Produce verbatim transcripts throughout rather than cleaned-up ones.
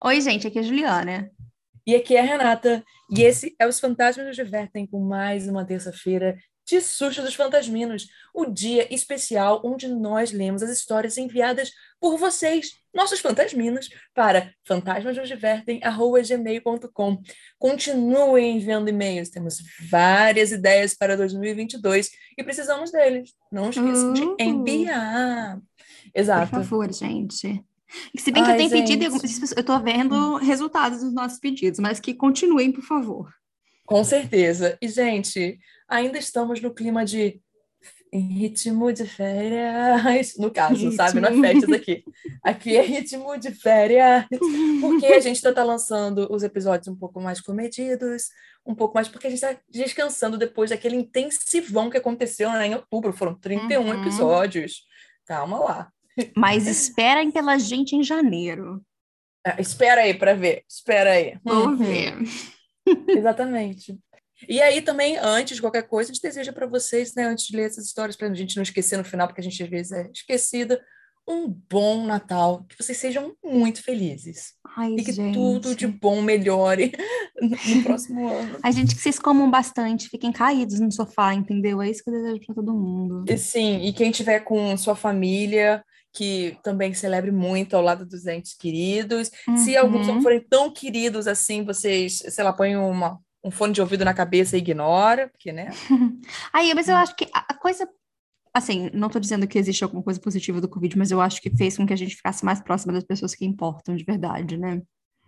Oi, gente, aqui é a Juliana. E aqui é a Renata, e esse é Os Fantasmas nos Divertem, com mais uma terça-feira de Susto dos Fantasminos, o dia especial onde nós lemos as histórias enviadas por vocês, nossos fantasminos, para fantasmasnosdivertem arroba gmail ponto com. Continuem enviando e-mails, temos várias ideias para dois mil e vinte e dois e precisamos deles. Não esqueçam de Uh, enviar. por Exato. favor, gente. E se bem que eu Ai, tenho pedido, e gente. algumas pessoas- eu tô vendo resultados dos nossos pedidos, mas que continuem, por favor. Com certeza. E, gente, ainda estamos no clima de em ritmo de férias, no caso, sabe? Não Ritmo. é festas aqui. Aqui é ritmo de férias, porque a gente está lançando os episódios um pouco mais comedidos, um pouco mais, porque a gente está descansando depois daquele intensivão que aconteceu, né, em outubro. Foram trinta e um Uhum. episódios. Calma lá. Mas esperem pela gente em janeiro. Ah, espera aí para ver. Espera aí. Vou Uhum. ver. Exatamente. E aí também, antes de qualquer coisa, a gente deseja para vocês, né, antes de ler essas histórias, para a gente não esquecer no final, porque a gente às vezes é esquecida, um bom Natal, que vocês sejam muito felizes Ai, e que tudo de gente. bom melhore no próximo ano. Ai, gente, que vocês comam bastante, fiquem caídos no sofá, entendeu? É isso que eu desejo pra todo mundo. E sim, e quem tiver com sua família, que também celebre muito ao lado dos entes queridos. Se alguns não Uhum. forem tão queridos assim, vocês, sei lá, põem uma, um fone de ouvido na cabeça e ignora, porque, né? Aí, mas eu acho que a a coisa. Assim, não tô dizendo que existe alguma coisa positiva do Covid, mas eu acho que fez com que a gente ficasse mais próxima das pessoas que importam de verdade, né?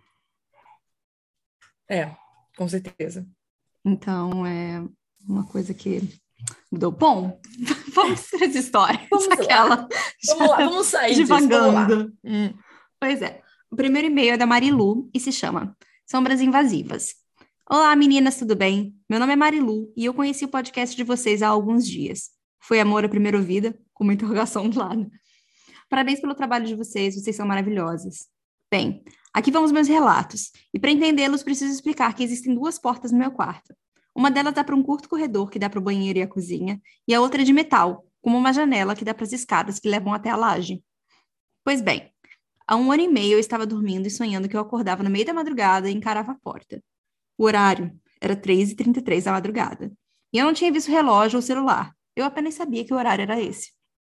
É, com certeza. Então, é uma coisa que mudou. Bom, vamos para as histórias. Vamos lá. Aquela Vamos lá, já vamos sair disso, vamos lá. divagando. Hum. Pois é. O primeiro e-mail é da Marilu e se chama Sombras Invasivas. Olá, meninas, tudo bem? Meu nome é Marilu e eu conheci o podcast de vocês há alguns dias. Foi amor à primeira ouvida? Com uma interrogação do lado. Parabéns pelo trabalho de vocês, vocês são maravilhosas. Bem, aqui vão os meus relatos, e para entendê-los preciso explicar que existem duas portas no meu quarto. Uma delas dá para um curto corredor que dá para o banheiro e a cozinha, e a outra é de metal, como uma janela que dá para as escadas que levam até a laje. Pois bem, há um ano e meio eu estava dormindo e sonhando que eu acordava no meio da madrugada e encarava a porta. O horário era três e trinta e três da madrugada, e eu não tinha visto relógio ou celular, eu apenas sabia que o horário era esse.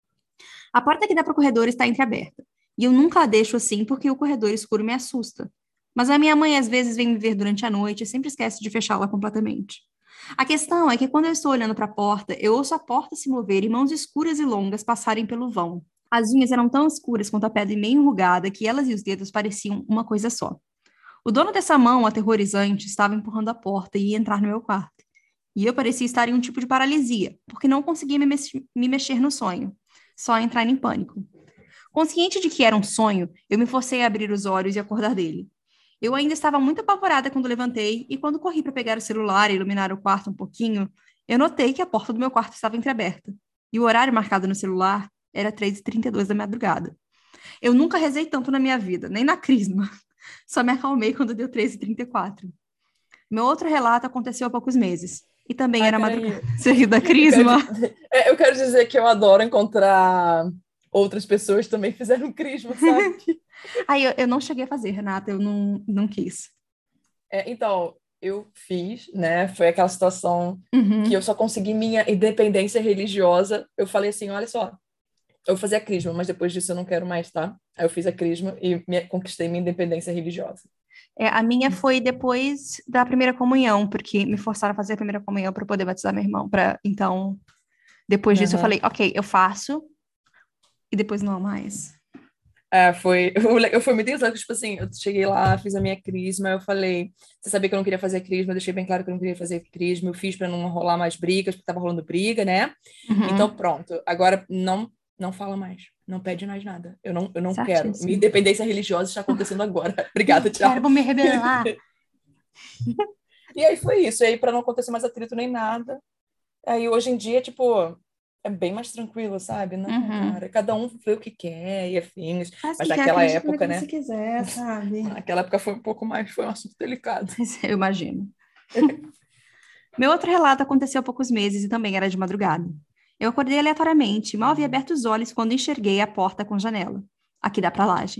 A porta que dá para o corredor está entreaberta. E eu nunca a deixo assim porque o corredor escuro me assusta. Mas a minha mãe às vezes vem me ver durante a noite e sempre esquece de fechá-la completamente. A questão é que quando eu estou olhando para a porta, eu ouço a porta se mover e mãos escuras e longas passarem pelo vão. As unhas eram tão escuras quanto a pedra meio enrugada que elas e os dedos pareciam uma coisa só. O dono dessa mão aterrorizante estava empurrando a porta e ia entrar no meu quarto. E eu parecia estar em um tipo de paralisia, porque não conseguia me, mex- me mexer no sonho, só entrar em pânico. Consciente de que era um sonho, eu me forcei a abrir os olhos e acordar dele. Eu ainda estava muito apavorada quando levantei, e quando corri para pegar o celular e iluminar o quarto um pouquinho, eu notei que a porta do meu quarto estava entreaberta. E o horário marcado no celular era três e trinta e dois da madrugada. Eu nunca rezei tanto na minha vida, nem na crisma. Só me acalmei quando deu três e trinta e quatro. Meu outro relato aconteceu há poucos meses. E também Ai, era madrugada. peraí. Você riu da Eu quero, crisma? di- é, eu quero dizer que eu adoro encontrar outras pessoas que também fizeram crisma, sabe? Aí eu, eu não cheguei a fazer, Renata, eu não, não quis. É, então, eu fiz, né? Foi aquela situação que eu Uhum. só consegui minha independência religiosa. Eu falei assim, olha só, eu vou fazer a crisma, mas depois disso eu não quero mais, tá? Aí eu fiz a crisma e me, conquistei minha independência religiosa. É, a minha foi depois da primeira comunhão, porque me forçaram a fazer a primeira comunhão para poder batizar meu irmão. Pra... Então, depois disso eu falei, Aham. ok, eu faço, e depois não mais. É, foi, eu fui muito engraçado, tipo assim, eu cheguei lá, fiz a minha crisma, eu falei, você sabia que eu não queria fazer crisma, eu deixei bem claro que eu não queria fazer crisma, eu fiz para não rolar mais brigas, porque tava rolando briga, né? Então, Uhum. pronto, agora não não fala mais, não pede mais nada, eu não, eu não quero, minha Certíssimo. independência religiosa está acontecendo agora, Não obrigada, quero, tchau. vou me rebelar. E aí foi isso, e aí para não acontecer mais atrito nem nada, aí hoje em dia, tipo, é bem mais tranquilo, sabe? Não, Uhum. cara, cada um vê o que quer e afins, Faz o mas que quer, naquela acredita no época, que você né? quiser, sabe? Naquela época foi um pouco mais, foi um assunto delicado. Eu imagino. Meu outro relato aconteceu há poucos meses e também era de madrugada. Eu acordei aleatoriamente, mal havia aberto os olhos quando enxerguei a porta com janela. Aqui dá pra laje.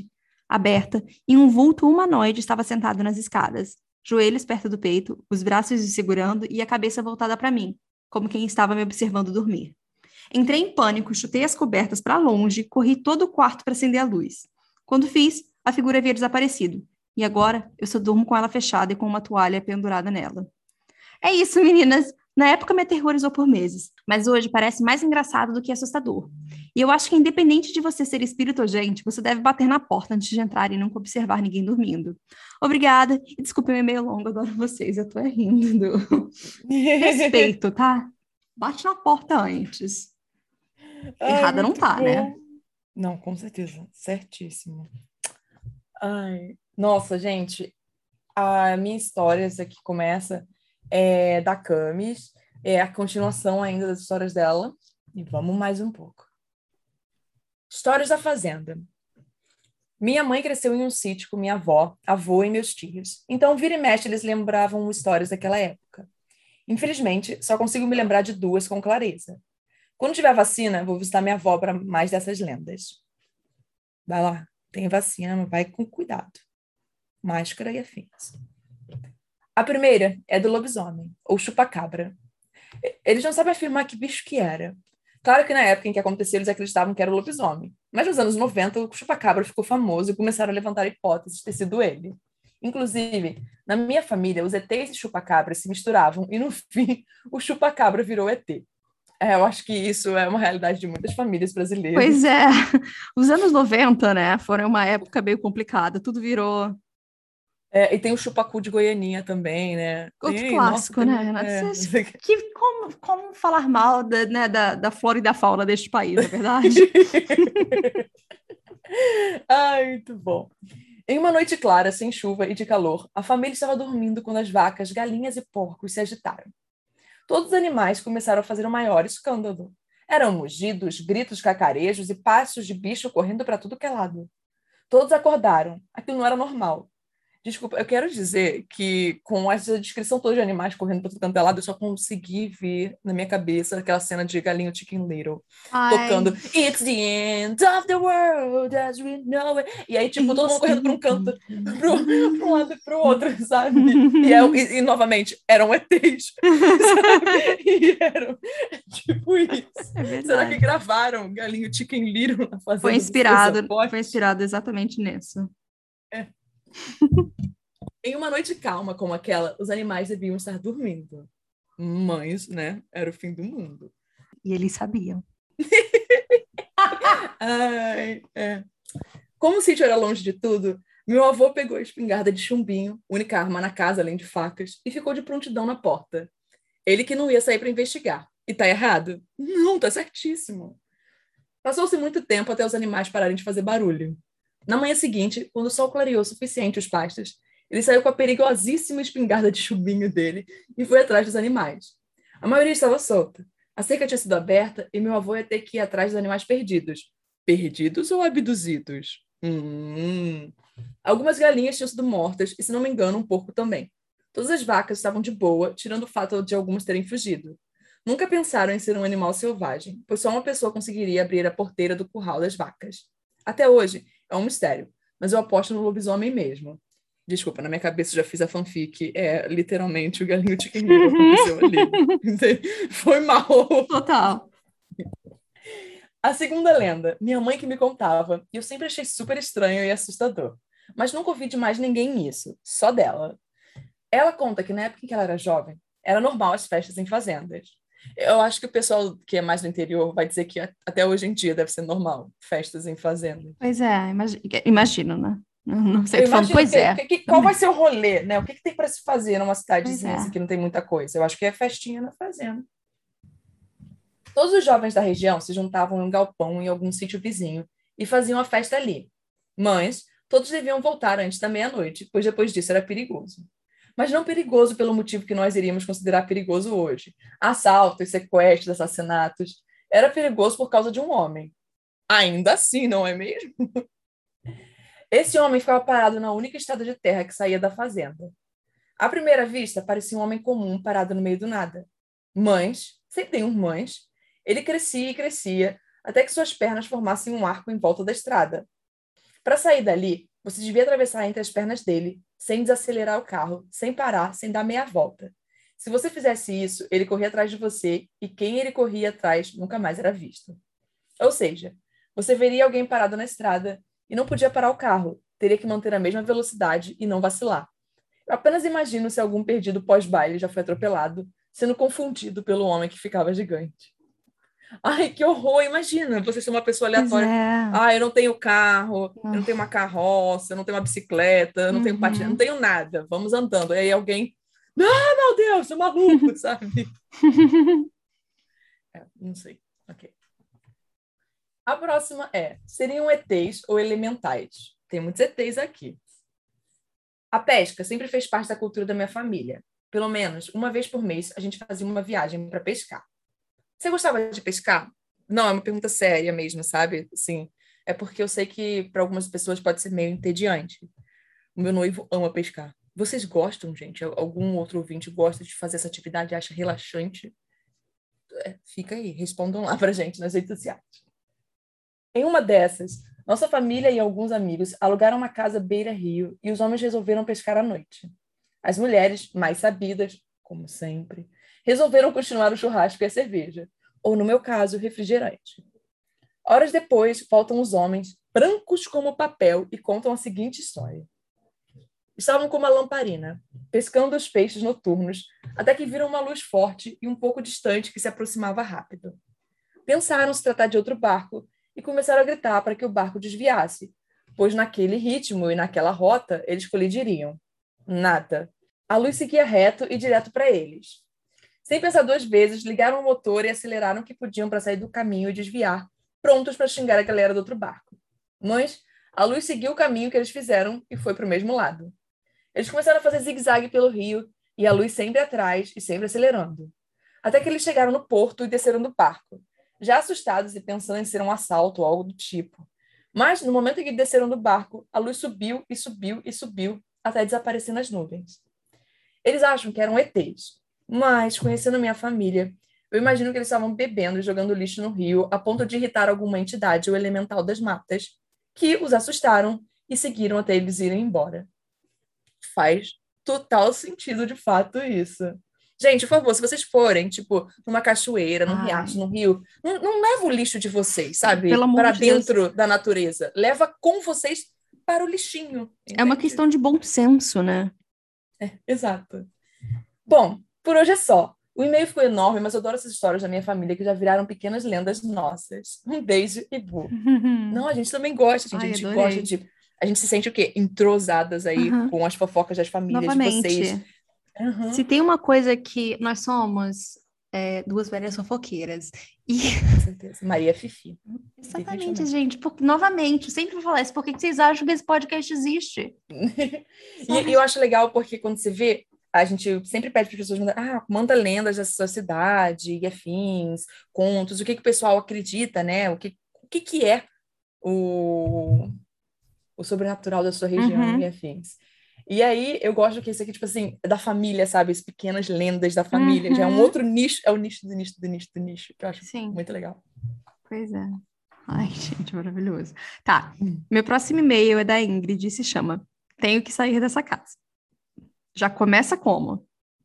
aberta, e um vulto humanoide estava sentado nas escadas, joelhos perto do peito, os braços se segurando e a cabeça voltada para mim, como quem estava me observando dormir. Entrei em pânico, chutei as cobertas para longe, corri todo o quarto para acender a luz. Quando fiz, a figura havia desaparecido, e agora eu só durmo com ela fechada e com uma toalha pendurada nela. É isso, meninas! Na época me aterrorizou por meses, mas hoje parece mais engraçado do que assustador. E eu acho que independente de você ser espírito ou gente, você deve bater na porta antes de entrar e nunca observar ninguém dormindo. Obrigada, e desculpe o e-mail longo, adoro vocês, eu tô rindo do respeito, tá? Bate na porta antes. Ai, Errada não muito tá, né? bom. Não, com certeza. Certíssimo. Ai, nossa, gente, a minha história, essa aqui começa, é da Camis, é a continuação ainda das histórias dela. E vamos mais um pouco. Histórias da Fazenda. Minha mãe cresceu em um sítio com minha avó, avô e meus tios. Então, vira e mexe, eles lembravam histórias daquela época. Infelizmente, só consigo me lembrar de duas com clareza. Quando tiver vacina, vou visitar minha avó para mais dessas lendas. Vai lá, tem vacina, mas vai com cuidado. Máscara e afins. A primeira é do lobisomem, ou chupacabra. Eles não sabem afirmar que bicho que era. Claro que na época em que aconteceu, eles acreditavam que era o lobisomem. Mas nos anos noventa, o chupacabra ficou famoso e começaram a levantar hipóteses de ter sido ele. Inclusive, na minha família, os E Tês e chupacabras se misturavam e, no fim, o chupacabra virou E T. É, eu acho que isso é uma realidade de muitas famílias brasileiras. Pois é, os anos noventa, né, foram uma época meio complicada, tudo virou É, e tem o chupacu de Goianinha também, né? outro Tem, nossa, clássico, tem... né, Renato? É. Que, como, como falar mal da, né, da, da flora e da fauna deste país, não é verdade? Ai, muito bom. Em uma noite clara, sem chuva e de calor, a família estava dormindo quando as vacas, galinhas e porcos se agitaram. Todos os animais começaram a fazer um maior escândalo. Eram mugidos, gritos, cacarejos e passos de bicho correndo para tudo que é lado. Todos acordaram. Aquilo não era normal. Desculpa, eu quero dizer que com essa descrição toda de animais correndo para tudo quanto é lado, eu só consegui ver na minha cabeça aquela cena de Galinho Chicken Little, Ai. tocando It's the end of the world as we know it. E aí, tipo, todo mundo correndo para um canto, para um lado e para o outro, sabe? E, é, e, e, novamente, eram E Tês, sabe? E eram, tipo isso. É verdade. Será que gravaram Galinho Chicken Little na fazenda foi inspirado, do César foi inspirado exatamente nisso. É. Em uma noite calma como aquela, os animais deviam estar dormindo. Mas, né, era o fim do mundo. E eles sabiam. Ai, é. Como o sítio era longe de tudo, meu avô pegou a espingarda de chumbinho, única arma na casa além de facas, e ficou de prontidão na porta. Ele que não ia sair para investigar. E tá errado? Não, tá certíssimo. Passou-se muito tempo até os animais pararem de fazer barulho. Na manhã seguinte, quando o sol clareou o suficiente os pastos, ele saiu com a perigosíssima espingarda de chumbinho dele e foi atrás dos animais. A maioria estava solta. A cerca tinha sido aberta e meu avô ia ter que ir atrás dos animais perdidos. Perdidos ou abduzidos? Hum. Algumas galinhas tinham sido mortas e, se não me engano, um porco também. Todas as vacas estavam de boa, tirando o fato de algumas terem fugido. Nunca pensaram em ser um animal selvagem, pois só uma pessoa conseguiria abrir a porteira do curral das vacas. Até hoje, é um mistério, mas eu aposto no lobisomem mesmo. Desculpa, na minha cabeça eu já fiz a fanfic. É literalmente o Galinho Chicken Little aconteceu ali. Foi mal. Total. A segunda lenda, minha mãe que me contava, e eu sempre achei super estranho e assustador. Mas nunca ouvi de mais ninguém isso, só dela. Ela conta que na época em que ela era jovem, era normal as festas em fazendas. Eu acho que o pessoal que é mais do interior vai dizer que até hoje em dia deve ser normal, festas em fazendas. Pois é, imagi- imagino, né? Não, não sei, Eu tô falando, imagino pois que, é. que, que, qual vai ser o rolê, né? O que, que tem para se fazer numa Pois cidadezinha é. assim, que não tem muita coisa? Eu acho que é festinha na fazenda. Todos os jovens da região se juntavam em um galpão em algum sítio vizinho e faziam a festa ali. Mas todos deviam voltar antes da meia-noite, pois depois disso era perigoso. Mas não perigoso pelo motivo que nós iríamos considerar perigoso hoje. Assaltos, sequestros, assassinatos. Era perigoso por causa de um homem. Ainda assim, não é mesmo? Esse homem ficava parado na única estrada de terra que saía da fazenda. À primeira vista, parecia um homem comum parado no meio do nada. Mas, sempre tem um mas, ele crescia e crescia, até que suas pernas formassem um arco em volta da estrada. Para sair dali, Você devia atravessar entre as pernas dele, sem desacelerar o carro, sem parar, sem dar meia volta. Se você fizesse isso, ele corria atrás de você e quem ele corria atrás nunca mais era visto. Ou seja, você veria alguém parado na estrada e não podia parar o carro, teria que manter a mesma velocidade e não vacilar. Eu apenas imagino se algum perdido pós-baile já foi atropelado, sendo confundido pelo homem que ficava gigante. Ai, que horror! Imagina você ser uma pessoa Pois aleatória. é. Ah, eu não tenho carro, eu não tenho uma carroça, eu não tenho uma bicicleta, eu não tenho patinete, não tenho nada. Vamos andando. Aí alguém... Ah, meu Deus, sou maluco, sabe? É, não sei. Ok. A próxima é, seriam E Tês ou elementais? Tem muitos E Tês aqui. A pesca sempre fez parte da cultura da minha família. Pelo menos uma vez por mês a gente fazia uma viagem para pescar. Você gostava de pescar? Não, é uma pergunta séria mesmo, sabe? Sim. É porque eu sei que para algumas pessoas pode ser meio entediante. O meu noivo ama pescar. Vocês gostam, gente? Algum outro ouvinte gosta de fazer essa atividade, acha relaxante? É, fica aí, respondam lá pra gente nas redes sociais. Em uma dessas, nossa família e alguns amigos alugaram uma casa beira-rio e os homens resolveram pescar à noite. As mulheres, mais sabidas, como sempre, resolveram continuar o churrasco e a cerveja, ou, no meu caso, o refrigerante. Horas depois, voltam os homens, brancos como papel, e contam a seguinte história. Estavam com uma lamparina, pescando os peixes noturnos, até que viram uma luz forte e um pouco distante que se aproximava rápido. Pensaram se tratar de outro barco e começaram a gritar para que o barco desviasse, pois naquele ritmo e naquela rota eles colidiriam. Nada. A luz seguia reto e direto para eles. Sem pensar duas vezes, ligaram o motor e aceleraram o que podiam para sair do caminho e desviar, prontos para xingar a galera do outro barco. Mas a luz seguiu o caminho que eles fizeram e foi para o mesmo lado. Eles começaram a fazer zigue-zague pelo rio e a luz sempre atrás e sempre acelerando. Até que eles chegaram no porto e desceram do barco, já assustados e pensando em ser um assalto ou algo do tipo. Mas, no momento em que desceram do barco, a luz subiu e subiu e subiu até desaparecer nas nuvens. Eles acham que eram E Tês, mas, conhecendo minha família, eu imagino que eles estavam bebendo e jogando lixo no rio a ponto de irritar alguma entidade ou elemental das matas, que os assustaram e seguiram até eles irem embora. Faz total sentido, de fato, isso. Gente, por favor, se vocês forem, tipo, numa cachoeira, num Ai. riacho, num rio, não, não leva o lixo de vocês, sabe? Pelo amor para de Deus. dentro da natureza. Leva com vocês para o lixinho. É uma entende? questão de bom senso, né? É, exato. Bom, por hoje é só. O e-mail ficou enorme, mas eu adoro essas histórias da minha família que já viraram pequenas lendas nossas. Um beijo e bu. Não, a gente também gosta, gente. Ai, a gente adorei. gosta de... A gente se sente o quê? Entrosadas aí Uhum. com as fofocas das famílias Novamente, de vocês. Uhum. se tem uma coisa que nós somos, é, duas velhas fofoqueiras. E Com certeza. Maria Fifi. exatamente, Definitivamente. gente. Por... Novamente, eu sempre vou falar isso. Por que que vocês acham que esse podcast existe? E, e eu acho legal porque quando você vê, a gente sempre pede para as pessoas mandar, ah, manda lendas da sua cidade e afins, contos, o que, que o pessoal acredita, né? O que, o que, que é o, o sobrenatural da sua região Uhum. e afins. E aí eu gosto que isso aqui, tipo assim, é da família, sabe? As pequenas lendas da família. Já é um Uhum. outro nicho, é o nicho do nicho do nicho do nicho, que eu acho Sim. muito legal. Pois é. Ai, gente, maravilhoso. Tá, meu próximo e-mail é da Ingrid e se chama Tenho que sair dessa casa. Já começa como?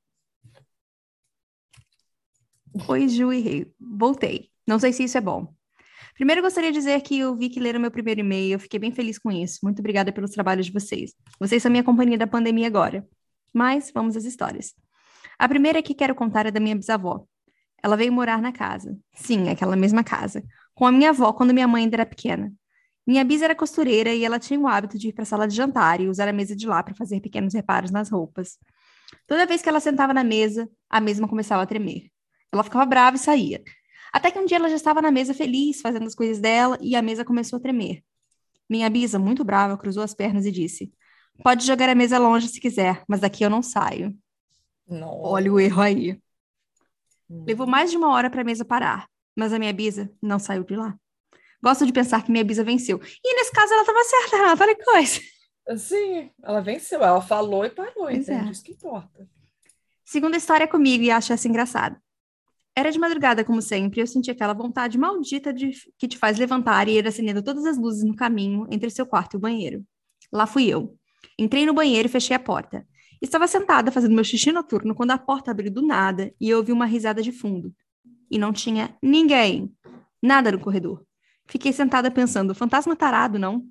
Oi, Ju e Rei. Voltei. Não sei se isso é bom. Primeiro, gostaria de dizer que eu vi que leram meu primeiro e-mail, eu fiquei bem feliz com isso. Muito obrigada pelos trabalhos de vocês. Vocês são minha companhia da pandemia agora. Mas vamos às histórias. A primeira que quero contar é da minha bisavó. Ela veio morar na casa. Sim, aquela mesma casa. Com a minha avó quando minha mãe ainda era pequena. Minha bisa era costureira e ela tinha o hábito de ir para a sala de jantar e usar a mesa de lá para fazer pequenos reparos nas roupas. Toda vez que ela sentava na mesa, a mesma começava a tremer. Ela ficava brava e saía. Até que um dia ela já estava na mesa feliz, fazendo as coisas dela, e a mesa começou a tremer. Minha bisa, muito brava, cruzou as pernas e disse: Pode jogar a mesa longe se quiser, mas daqui eu não saio. Não. Olha o erro aí. Hum. Levou mais de uma hora para a mesa parar, mas a minha bisa não saiu de lá. Gosto de pensar que minha bisa venceu. E nesse caso ela estava certa, Renata, olha que coisa. Sim, ela venceu, ela falou e parou, Pois entende? é. Isso que importa. Segunda história é comigo e acho essa engraçada. Era de madrugada, como sempre, e eu senti aquela vontade maldita de, que te faz levantar e ir acendendo todas as luzes no caminho entre seu quarto e o banheiro. Lá fui eu. Entrei no banheiro e fechei a porta. Estava sentada fazendo meu xixi noturno quando a porta abriu do nada e eu ouvi uma risada de fundo. E não tinha ninguém. Nada no corredor. Fiquei sentada pensando, fantasma tarado, não?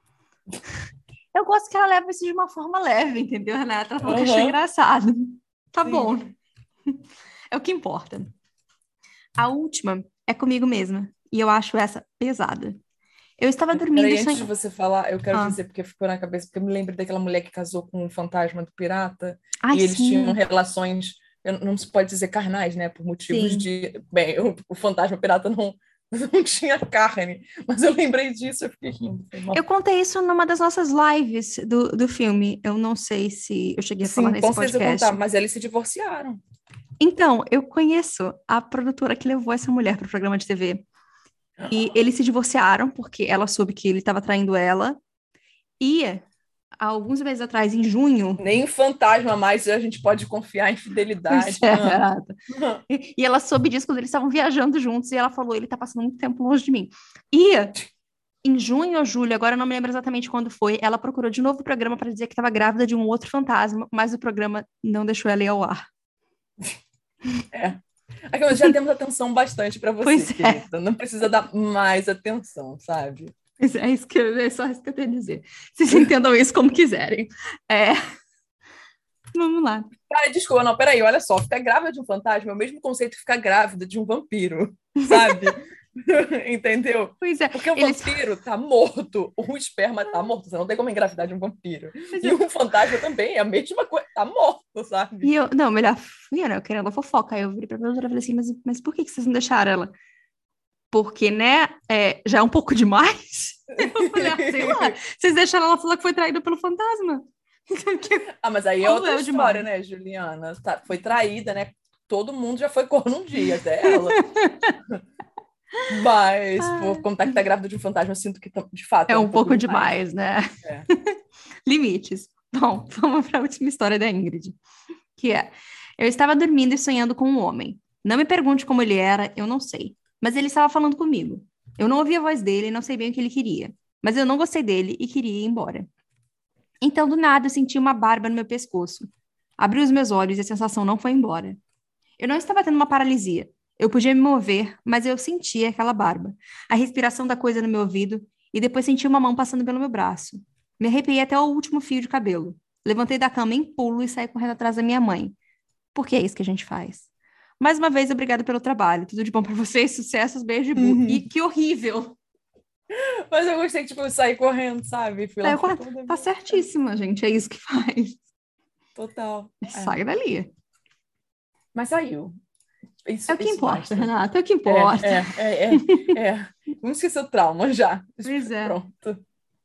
Eu gosto que ela leva isso de uma forma leve, entendeu, Renata? Ela falou que achou Aham, engraçado. Tá sim. bom. É o que importa. A última é comigo mesma. E eu acho essa pesada. Eu estava dormindo e Peraí, antes de sonhando. você falar, eu quero Ah. dizer porque ficou na cabeça, porque eu me lembro daquela mulher que casou com um fantasma do pirata Ai, e eles tinham sim. relações, eu- não se pode dizer carnais, né? Por motivos Sim. de. Bem, o, o fantasma pirata não, não tinha carne, mas eu lembrei disso, eu fiquei rindo. Foi Eu mal. contei isso numa das nossas lives do, do filme. Eu não sei se eu cheguei a falar Sim, nesse com certeza contar, podcast. mas eles se divorciaram. Então, eu conheço a produtora que levou essa mulher para o programa de T V. E eles se divorciaram porque ela soube que ele estava traindo ela. E há alguns meses atrás, em junho. Nem fantasma mais a gente pode confiar em Pois fidelidade. é, Ah. Renata. E, e ela soube disso quando eles estavam viajando juntos. E ela falou: ele tá passando muito tempo longe de mim. E em junho ou julho, agora eu não me lembro exatamente quando foi, ela procurou de novo o programa para dizer que estava grávida de um outro fantasma, mas o programa não deixou ela ir ao ar. É. Aqui, nós já temos atenção bastante para você, Pois é. querida. Não precisa dar mais atenção, sabe? Pois é, isso que eu- é só isso que eu tenho a dizer. Vocês entendam isso como quiserem. É, vamos lá. Ah, desculpa, não, peraí, olha só. Ficar grávida de um fantasma é o mesmo conceito que ficar grávida de um vampiro, sabe? Entendeu? Pois é, Porque o eles. vampiro tá morto, o esperma tá morto, você não tem como engravidar de um vampiro. Pois E é. um fantasma também é a mesma coisa, tá morto, E sabe? eu, não, melhor fui eu, né? Eu querendo a fofoca. Aí eu virei pra produtora e falei assim: mas, mas por que que vocês não deixaram ela? Porque, né, é, já é um pouco demais. Eu falei, ah, sei lá, vocês deixaram ela falar que foi traída pelo fantasma. Ah, mas aí é Como outra eu história, demais. né, Juliana? Tá- foi traída, né? Todo mundo já foi corno um dia, até ela. Mas, por Ah, contar que tá grávida de um fantasma, eu sinto que, de fato, é é um um pouco pouco demais. demais, né? É. Limites. Bom, vamos para a última história da Ingrid, que é: eu estava dormindo e sonhando com um homem. Não me pergunte como ele era, eu não sei. Mas ele estava falando comigo. Eu não ouvi a voz dele e não sei bem o que ele queria. Mas eu não gostei dele e queria ir embora. Então, do nada, eu senti uma barba no meu pescoço. Abri os meus olhos e a sensação não foi embora. Eu não estava tendo uma paralisia. Eu podia me mover, mas eu sentia aquela barba, a respiração da coisa no meu ouvido, e depois senti uma mão passando pelo meu braço. Me arrepiei até o último fio de cabelo. Levantei da cama em pulo e saí correndo atrás da minha mãe. Porque é isso que a gente faz. Mais uma vez, obrigado pelo trabalho. Tudo de bom para vocês, sucessos, beijo de bu. E Uhum. que horrível! Mas eu gostei que, tipo, eu saí correndo, sabe? Fui lá Saiu pra correndo. toda a Tá minha. certíssima, gente. É isso que faz. Total. É. Sai dali. Mas saiu. É Isso, o que isso importa, basta. Renata. É o que É, importa. é, é, é, é. Vamos esquecer o trauma já. Pois é. Pronto.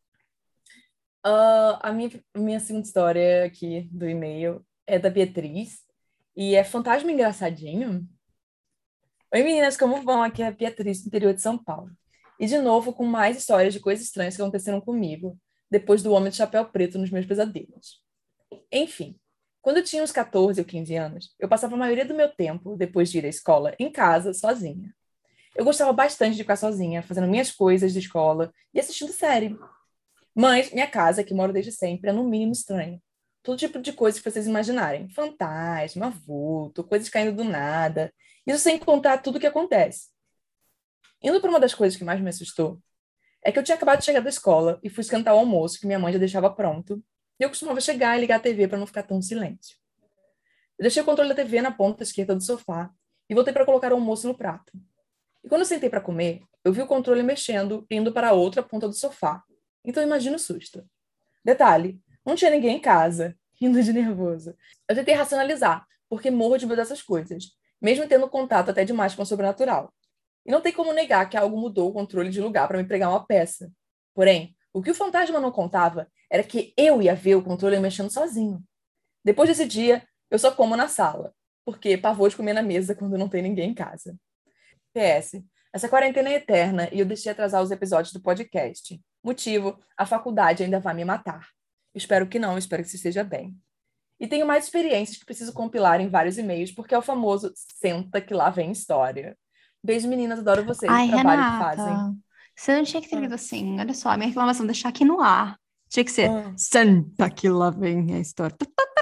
Ah, a minha, minha segunda história aqui do e-mail é da Beatriz e é Fantasma Engraçadinho. Oi, meninas, como vão? Aqui é a Beatriz, do interior de São Paulo. E de novo com mais histórias de coisas estranhas que aconteceram comigo depois do Homem de Chapéu Preto nos meus pesadelos. Enfim, quando eu tinha uns catorze ou quinze anos, eu passava a maioria do meu tempo, depois de ir à escola, em casa, sozinha. Eu gostava bastante de ficar sozinha, fazendo minhas coisas de escola e assistindo série. Mas minha casa, que moro desde sempre, é no mínimo estranha. Todo tipo de coisa que vocês imaginarem. Fantasma, vulto, coisas caindo do nada. Isso sem contar tudo o que acontece. Indo para uma das coisas que mais me assustou, é que eu tinha acabado de chegar da escola e fui esquentar o almoço que minha mãe já deixava pronto. E eu costumava chegar e ligar a T V para não ficar tão silêncio. Eu deixei o controle da T V na ponta esquerda do sofá e voltei para colocar o almoço no prato. E quando eu sentei para comer, eu vi o controle mexendo, indo para a outra ponta do sofá. Então imagina o susto. Detalhe, não tinha ninguém em casa, rindo de nervoso. Eu tentei racionalizar, porque morro de medo dessas coisas, mesmo tendo contato até demais com o sobrenatural. E não tem como negar que algo mudou o controle de lugar para me pregar uma peça. Porém, o que o fantasma não contava era que eu ia ver o controle mexendo sozinho. Depois desse dia, eu só como na sala, porque pavor de comer na mesa quando não tem ninguém em casa. P S. Essa quarentena é eterna e eu deixei atrasar os episódios do podcast. Motivo, a faculdade ainda vai me matar. Espero que não, espero que você esteja bem. E tenho mais experiências que preciso compilar em vários e-mails, porque é o famoso senta que lá vem história. Beijo, meninas, adoro vocês, o Ai, trabalho que fazem. Renata, você não tinha que ter lido assim. Olha só, a minha reclamação, deixar aqui no ar. Tinha que ser, Ah. senta que lá vem a história.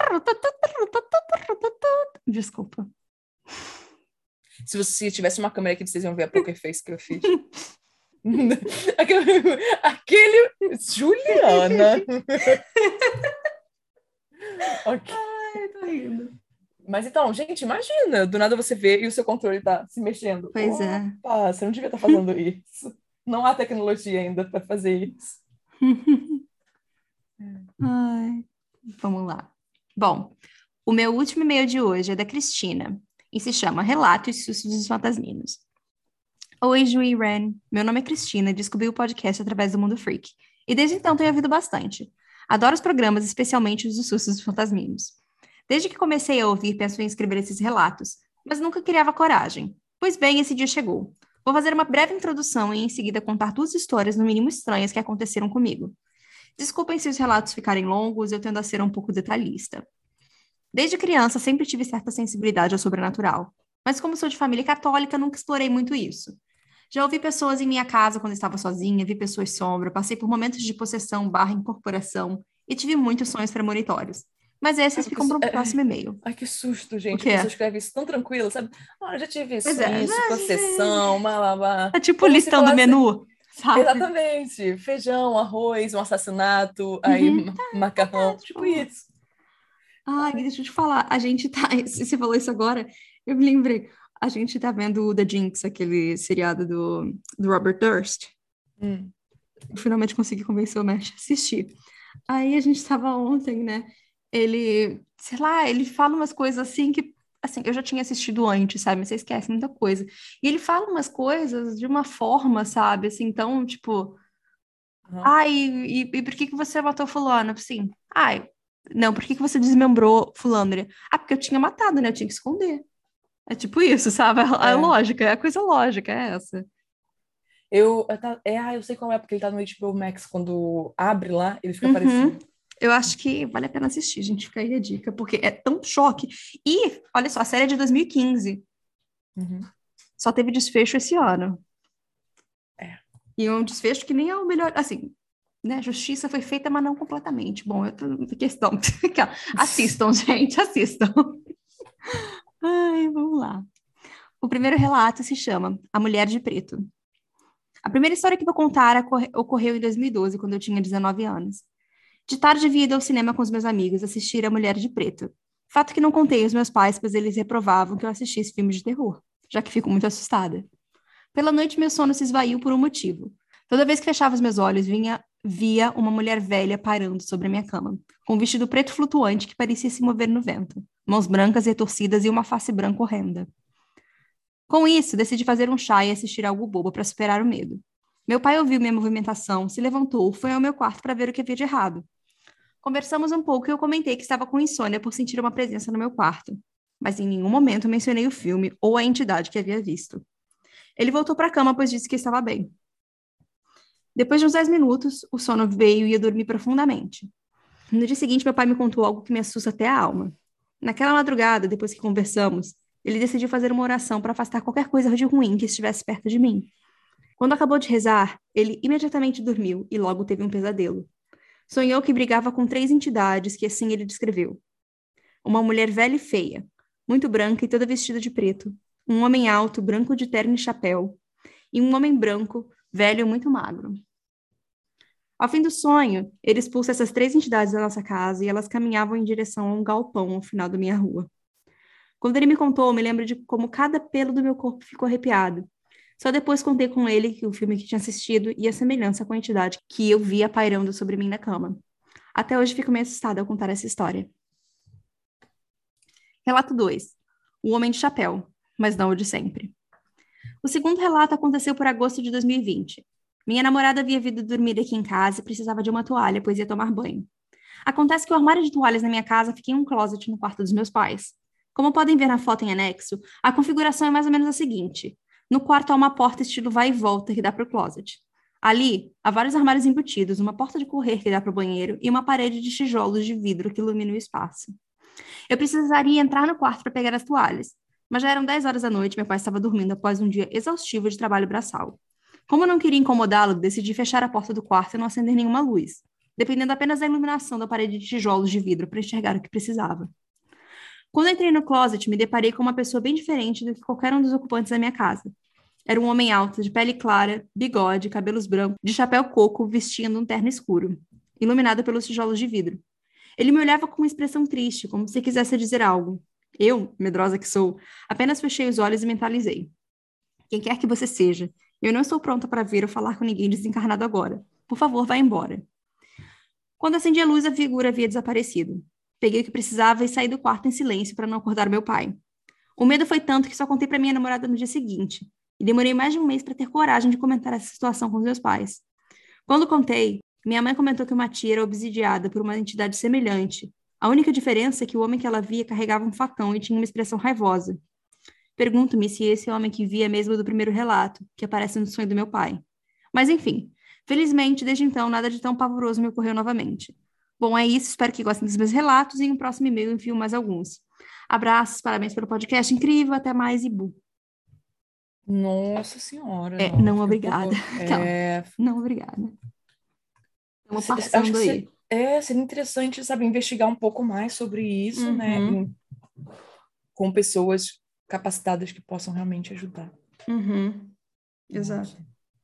Desculpa. Se você tivesse uma câmera aqui, vocês iam ver a poker face que eu fiz. aquele, aquele... Juliana. Ok. Ai, tô rindo. Mas então, gente, imagina, do nada você vê e o seu controle tá se mexendo. Pois é. Opa, você não devia estar fazendo isso. Não há tecnologia ainda para fazer isso. Ai, vamos lá. Bom, o meu último e-mail de hoje é da Cristina e se chama Relatos e Sustos dos Fantasminos. Oi, Ju e Ren. Meu nome é Cristina e descobri o podcast através do Mundo Freak. E desde então tenho ouvido bastante. Adoro os programas, especialmente os dos Sustos dos Fantasminos. Desde que comecei a ouvir, penso em escrever esses relatos, mas nunca criava coragem. Pois bem, esse dia chegou. Vou fazer uma breve introdução e em seguida contar duas histórias no mínimo estranhas que aconteceram comigo. Desculpem se os relatos ficarem longos, eu tendo a ser um pouco detalhista. Desde criança, sempre tive certa sensibilidade ao sobrenatural, mas como sou de família católica, nunca explorei muito isso. Já ouvi pessoas em minha casa quando estava sozinha, vi pessoas sombra, passei por momentos de possessão barra incorporação e tive muitos sonhos premonitórios. Mas esses Ai, ficam para um que... próximo e-mail. Ai, que susto, O gente. A quê? pessoa escreve isso tão tranquilo, sabe? Ah, já tive Pois isso, é, isso, possessão, malabá. é tipo Como se listando o falasse... menu, sabe? Exatamente. Feijão, arroz, um assassinato, aí Uhum. macarrão, tipo isso. Ai, deixa eu te falar, a gente tá. Você falou isso agora, eu me lembrei. A gente tá vendo o The Jinx, aquele seriado do, do Robert Durst. Hum. Eu finalmente consegui convencer o Mesh a assistir. Aí a gente tava ontem, né? Ele, sei lá, ele fala umas coisas assim que, assim, eu já tinha assistido antes, sabe? Mas você esquece muita coisa. E ele fala umas coisas de uma forma, sabe? Assim, então, tipo, Uhum. ai, e, e por que que você matou fulano? Assim, ai, não, por que que você desmembrou fulano? Ele, ah, porque eu tinha matado, né? Eu tinha que esconder. É tipo isso, sabe? A, a É. lógica, a coisa lógica é essa. Eu, eu tá, é, ah, eu sei qual é, porque ele tá no H B O Max, quando abre lá, ele fica Uhum. aparecendo. Eu acho que vale a pena assistir, gente. Fica aí a dica, porque é tão choque. E, olha só, a série é de dois mil e quinze. Uhum. Só teve desfecho esse ano. É. E é um desfecho que nem é o melhor. Assim, né? A justiça foi feita, mas não completamente. Bom, eu tô questão. Assistam, gente, assistam. Ai, vamos lá. O primeiro relato se chama A Mulher de Preto. A primeira história que vou contar ocorre- ocorreu em dois mil e doze, quando eu tinha dezenove anos. De tarde havia ido ao cinema com os meus amigos assistir A Mulher de Preto. Fato que não contei aos meus pais, pois eles reprovavam que eu assistisse filmes de terror, já que fico muito assustada. Pela noite, meu sono se esvaiu por um motivo. Toda vez que fechava os meus olhos, vinha, via uma mulher velha pairando sobre a minha cama, com um vestido preto flutuante que parecia se mover no vento, mãos brancas retorcidas e uma face branca horrenda. Com isso, decidi fazer um chá e assistir algo bobo para superar o medo. Meu pai ouviu minha movimentação, se levantou, foi ao meu quarto para ver o que havia de errado. Conversamos um pouco e eu comentei que estava com insônia por sentir uma presença no meu quarto, mas em nenhum momento mencionei o filme ou a entidade que havia visto. Ele voltou para a cama, pois disse que estava bem. Depois de uns dez minutos, o sono veio e eu dormi profundamente. No dia seguinte, meu pai me contou algo que me assusta até a alma. Naquela madrugada, depois que conversamos, ele decidiu fazer uma oração para afastar qualquer coisa de ruim que estivesse perto de mim. Quando acabou de rezar, ele imediatamente dormiu e logo teve um pesadelo. Sonhou que brigava com três entidades que assim ele descreveu. Uma mulher velha e feia, muito branca e toda vestida de preto. Um homem alto, branco de terno e chapéu. E um homem branco, velho e muito magro. Ao fim do sonho, ele expulsa essas três entidades da nossa casa e elas caminhavam em direção a um galpão ao final da minha rua. Quando ele me contou, eu me lembro de como cada pelo do meu corpo ficou arrepiado. Só depois contei com ele que o filme que tinha assistido e a semelhança com a entidade que eu via pairando sobre mim na cama. Até hoje fico meio assustada ao contar essa história. Relato dois. O Homem de Chapéu, mas não o de sempre. O segundo relato aconteceu por agosto de dois mil e vinte. Minha namorada havia vindo dormir aqui em casa e precisava de uma toalha, pois ia tomar banho. Acontece que o armário de toalhas na minha casa fica em um closet no quarto dos meus pais. Como podem ver na foto em anexo, a configuração é mais ou menos a seguinte. No quarto há uma porta estilo vai e volta que dá para o closet. Ali, há vários armários embutidos, uma porta de correr que dá para o banheiro e uma parede de tijolos de vidro que ilumina o espaço. Eu precisaria entrar no quarto para pegar as toalhas, mas já eram dez horas da noite e meu pai estava dormindo após um dia exaustivo de trabalho braçal. Como eu não queria incomodá-lo, decidi fechar a porta do quarto e não acender nenhuma luz. dependendo apenas da iluminação da parede de tijolos de vidro para enxergar o que precisava. Quando entrei no closet, me deparei com uma pessoa bem diferente do que qualquer um dos ocupantes da minha casa. Era um homem alto, de pele clara, bigode, cabelos brancos, de chapéu coco, vestindo um terno escuro, iluminado pelos tijolos de vidro. Ele me olhava com uma expressão triste, como se quisesse dizer algo. Eu, medrosa que sou, apenas fechei os olhos e mentalizei. Quem quer que você seja, eu não estou pronta para ver ou falar com ninguém desencarnado agora. Por favor, vá embora. Quando acendi a luz, a figura havia desaparecido. Peguei o que precisava e saí do quarto em silêncio para não acordar meu pai. O medo foi tanto que só contei para minha namorada no dia seguinte, e demorei mais de um mês para ter coragem de comentar essa situação com os meus pais. Quando contei, minha mãe comentou que uma tia era obsidiada por uma entidade semelhante. A única diferença é que o homem que ela via carregava um facão e tinha uma expressão raivosa. Pergunto-me se esse homem que via mesmo do primeiro relato, que aparece no sonho do meu pai. Mas enfim, felizmente, desde então, nada de tão pavoroso me ocorreu novamente. Bom, é isso, espero que gostem dos meus relatos e em um próximo e-mail eu envio mais alguns. Abraços, parabéns pelo podcast incrível, até mais, Ibu. Nossa senhora, É, não. não, Fiquei um obrigada. pouco, é, Não, obrigada. Estamos se- acho passando que aí. se- é, seria interessante, sabe, investigar um pouco mais sobre isso, né? Uhum, em- com pessoas capacitadas que possam realmente ajudar. uhum, Nossa. exato.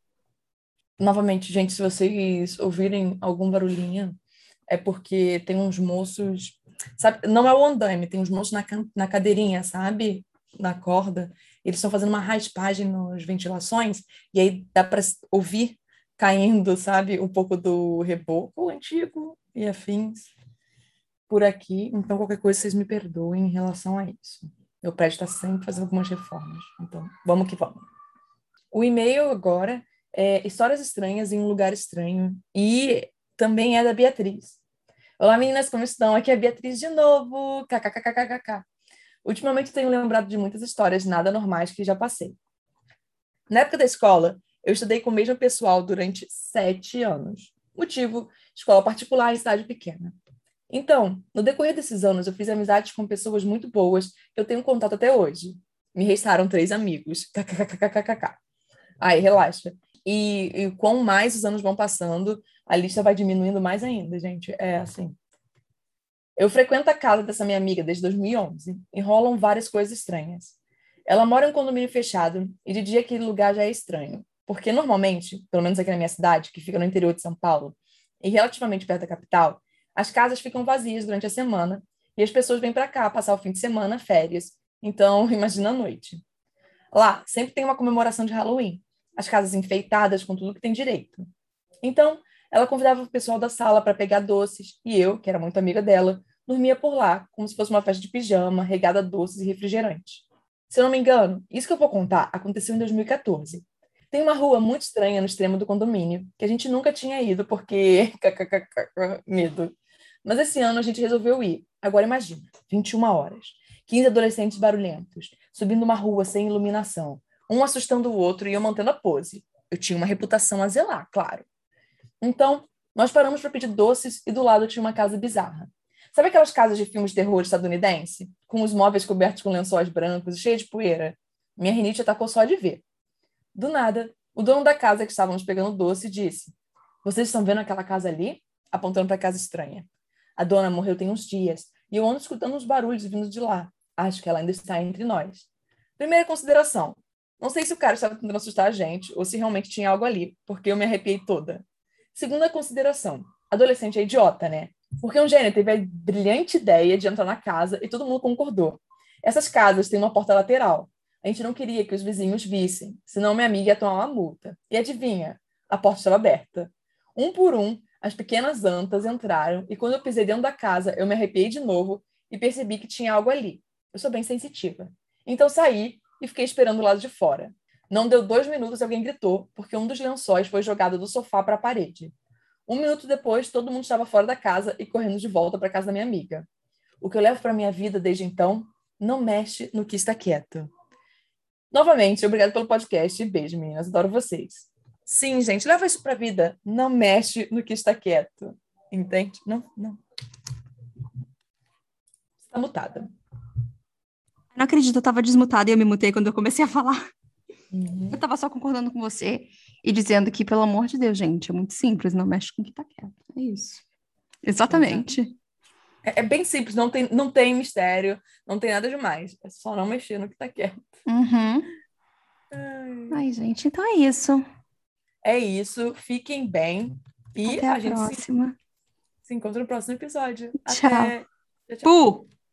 Novamente, gente, se vocês ouvirem algum barulhinho, é porque tem uns moços, sabe? Não é o andaime, tem uns moços na, can- na cadeirinha, sabe? Na corda. Eles estão fazendo uma raspagem nas ventilações, e aí dá para ouvir caindo, sabe? Um pouco do reboco antigo e afins por aqui. Então, qualquer coisa, vocês me perdoem em relação a isso. Meu prédio está sempre fazendo algumas reformas. Então, vamos que vamos. O e-mail agora é Histórias Estranhas em um Lugar Estranho e também é da Beatriz. Olá, meninas, como estão? Aqui é a Beatriz de novo. KKKKKK. Ultimamente tenho lembrado de muitas histórias nada normais que já passei. Na época da escola, eu estudei com o mesmo pessoal durante sete anos. Motivo, escola particular em cidade pequena. Então, no decorrer desses anos, eu fiz amizades com pessoas muito boas que eu tenho contato até hoje. Me restaram três amigos. KKKKKK. Aí, relaxa. E, e quanto mais os anos vão passando, a lista vai diminuindo mais ainda, gente. É assim. Eu frequento a casa dessa minha amiga desde dois mil e onze e rolam várias coisas estranhas. Ela mora em um condomínio fechado e de dia aquele lugar já é estranho. Porque normalmente, pelo menos aqui na minha cidade, que fica no interior de São Paulo, e relativamente perto da capital, as casas ficam vazias durante a semana e as pessoas vêm para cá passar o fim de semana, férias. Então, imagina a noite. Lá, sempre tem uma comemoração de Halloween. As casas enfeitadas com tudo que tem direito. Então, ela convidava o pessoal da sala para pegar doces e eu, que era muito amiga dela, dormia por lá, como se fosse uma festa de pijama, regada a doces e refrigerantes. Se eu não me engano, isso que eu vou contar aconteceu em dois mil e quatorze. Tem uma rua muito estranha no extremo do condomínio, que a gente nunca tinha ido porque medo. Mas esse ano a gente resolveu ir. Agora imagina, vinte e uma horas. quinze adolescentes barulhentos, subindo uma rua sem iluminação, um assustando o outro e eu mantendo a pose. Eu tinha uma reputação a zelar, claro. Então, nós paramos para pedir doces e do lado tinha uma casa bizarra. Sabe aquelas casas de filmes de terror estadunidense? Com os móveis cobertos com lençóis brancos e cheia de poeira? Minha rinite atacou só de ver. Do nada, o dono da casa que estávamos pegando doce disse: "Vocês estão vendo aquela casa ali?" Apontando para a casa estranha. A dona morreu tem uns dias e eu ando escutando uns barulhos vindo de lá. Acho que ela ainda está entre nós. Primeira consideração. Não sei se o cara estava tentando assustar a gente ou se realmente tinha algo ali, porque eu me arrepiei toda. Segunda consideração. Adolescente é idiota, né? Porque um gênio teve a brilhante ideia de entrar na casa e todo mundo concordou. Essas casas têm uma porta lateral. A gente não queria que os vizinhos vissem, senão minha amiga ia tomar uma multa. E adivinha? A porta estava aberta. Um por um, as pequenas antas entraram e quando eu pisei dentro da casa, eu me arrepiei de novo e percebi que tinha algo ali. Eu sou bem sensitiva. Então saí e fiquei esperando o lado de fora. Não deu dois minutos e alguém gritou, porque um dos lençóis foi jogado do sofá para a parede. Um minuto depois, todo mundo estava fora da casa e correndo de volta para a casa da minha amiga. O que eu levo para minha vida desde então, não mexe no que está quieto. Novamente, obrigado pelo podcast e beijo, meninas. Adoro vocês. Sim, gente, leva isso para a vida. Não mexe no que está quieto. Entende? Não, não. Está mutada. Não acredito, eu tava desmutada e eu me mutei quando eu comecei a falar. Uhum. Eu tava só concordando com você. E dizendo que, pelo amor de Deus, gente, é muito simples, não mexe com o que tá quieto. É isso. Exatamente. É, é bem simples, não tem, não tem mistério, não tem nada demais. É só não mexer no que tá quieto. Uhum. Ai. Ai, gente, então é isso. É isso, fiquem bem e Até a a gente se, próxima. se encontra no próximo episódio. Tchau. Até! Tchau, tchau. Pu!